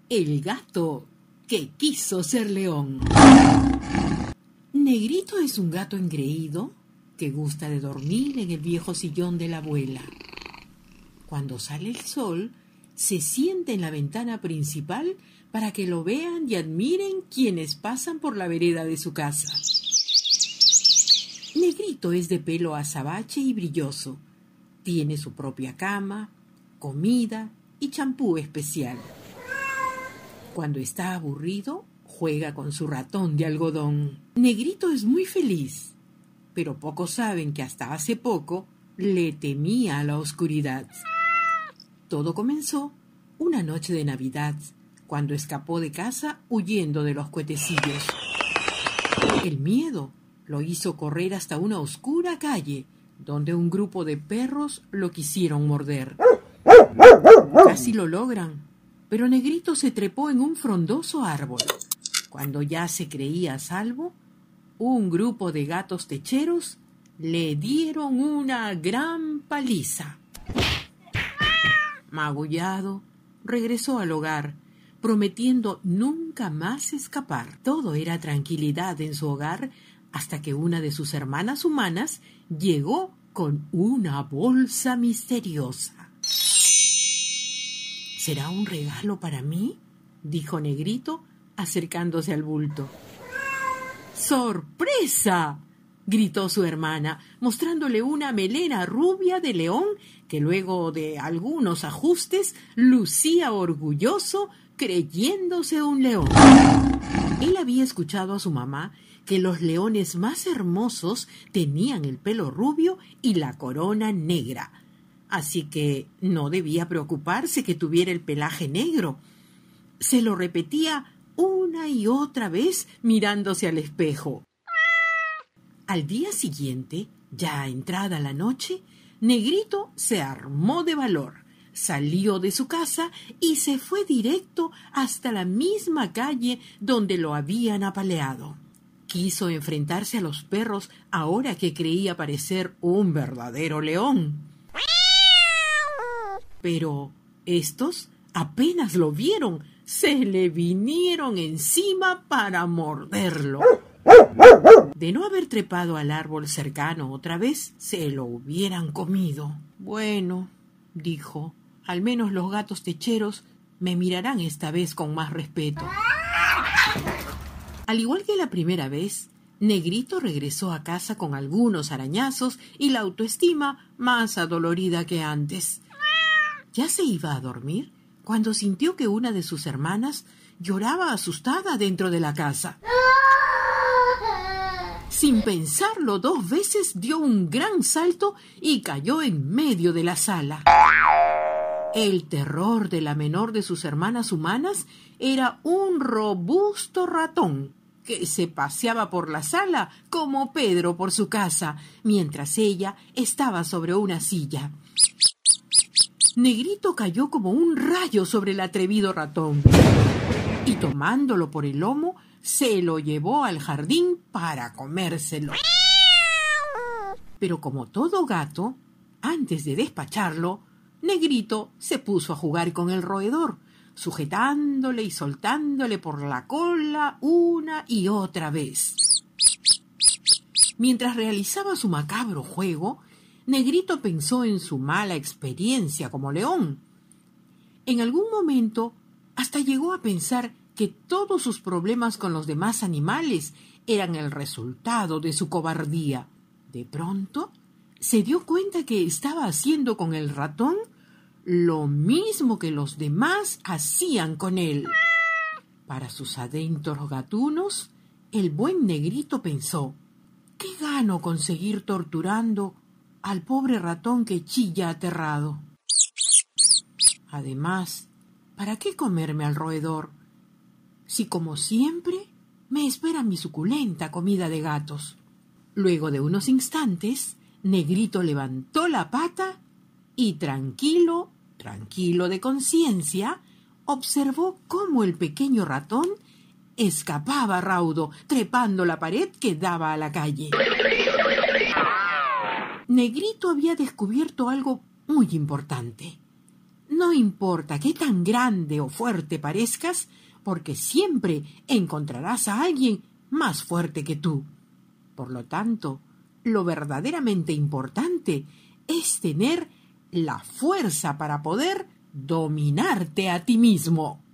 El gato que quiso ser león. Negrito es un gato engreído que gusta de dormir en el viejo sillón de la abuela. Cuando sale el sol, se sienta en la ventana principal para que lo vean y admiren quienes pasan por la vereda de su casa. Negrito es de pelo azabache y brilloso. Tiene su propia cama, comida y champú especial. Cuando está aburrido, juega con su ratón de algodón. Negrito es muy feliz, pero pocos saben que hasta hace poco le temía a la oscuridad. Todo comenzó una noche de Navidad, cuando escapó de casa huyendo de los cuetecillos. El miedo lo hizo correr hasta una oscura calle, donde un grupo de perros lo quisieron morder. Casi lo logran, pero Negrito se trepó en un frondoso árbol. Cuando ya se creía a salvo, un grupo de gatos techeros le dieron una gran paliza. Magullado, regresó al hogar, prometiendo nunca más escapar. Todo era tranquilidad en su hogar hasta que una de sus hermanas humanas llegó con una bolsa misteriosa. ¿Será un regalo para mí?, dijo Negrito, acercándose al bulto. ¡Sorpresa!, gritó su hermana, mostrándole una melena rubia de león que luego de algunos ajustes lucía orgulloso, creyéndose un león. Él había escuchado a su mamá que los leones más hermosos tenían el pelo rubio y la corona negra, así que no debía preocuparse que tuviera el pelaje negro. Se lo repetía una y otra vez mirándose al espejo. Al día siguiente, ya entrada la noche, Negrito se armó de valor, salió de su casa y se fue directo hasta la misma calle donde lo habían apaleado. Quiso enfrentarse a los perros ahora que creía parecer un verdadero león. Pero estos apenas lo vieron, se le vinieron encima para morderlo. De no haber trepado al árbol cercano otra vez, se lo hubieran comido. Bueno, dijo, al menos los gatos techeros me mirarán esta vez con más respeto. Al igual que la primera vez, Negrito regresó a casa con algunos arañazos y la autoestima más adolorida que antes. Ya se iba a dormir cuando sintió que una de sus hermanas lloraba asustada dentro de la casa. Sin pensarlo 2 veces, dio un gran salto y cayó en medio de la sala. El terror de la menor de sus hermanas humanas era un robusto ratón que se paseaba por la sala como Pedro por su casa, mientras ella estaba sobre una silla. Negrito cayó como un rayo sobre el atrevido ratón y, tomándolo por el lomo, se lo llevó al jardín para comérselo. Pero como todo gato, antes de despacharlo, Negrito se puso a jugar con el roedor, sujetándole y soltándole por la cola una y otra vez. Mientras realizaba su macabro juego, Negrito pensó en su mala experiencia como león. En algún momento hasta llegó a pensar que todos sus problemas con los demás animales eran el resultado de su cobardía. De pronto, se dio cuenta que estaba haciendo con el ratón lo mismo que los demás hacían con él. Para sus adentros gatunos, el buen Negrito pensó: ¿qué gano con seguir torturando al pobre ratón que chilla aterrado? Además, ¿para qué comerme al roedor si, como siempre, me espera mi suculenta comida de gatos? Luego de unos instantes, Negrito levantó la pata y tranquilo de conciencia, observó cómo el pequeño ratón escapaba raudo, trepando la pared que daba a la calle. Negrito había descubierto algo muy importante. No importa qué tan grande o fuerte parezcas, porque siempre encontrarás a alguien más fuerte que tú. Por lo tanto, lo verdaderamente importante es tener la fuerza para poder dominarte a ti mismo.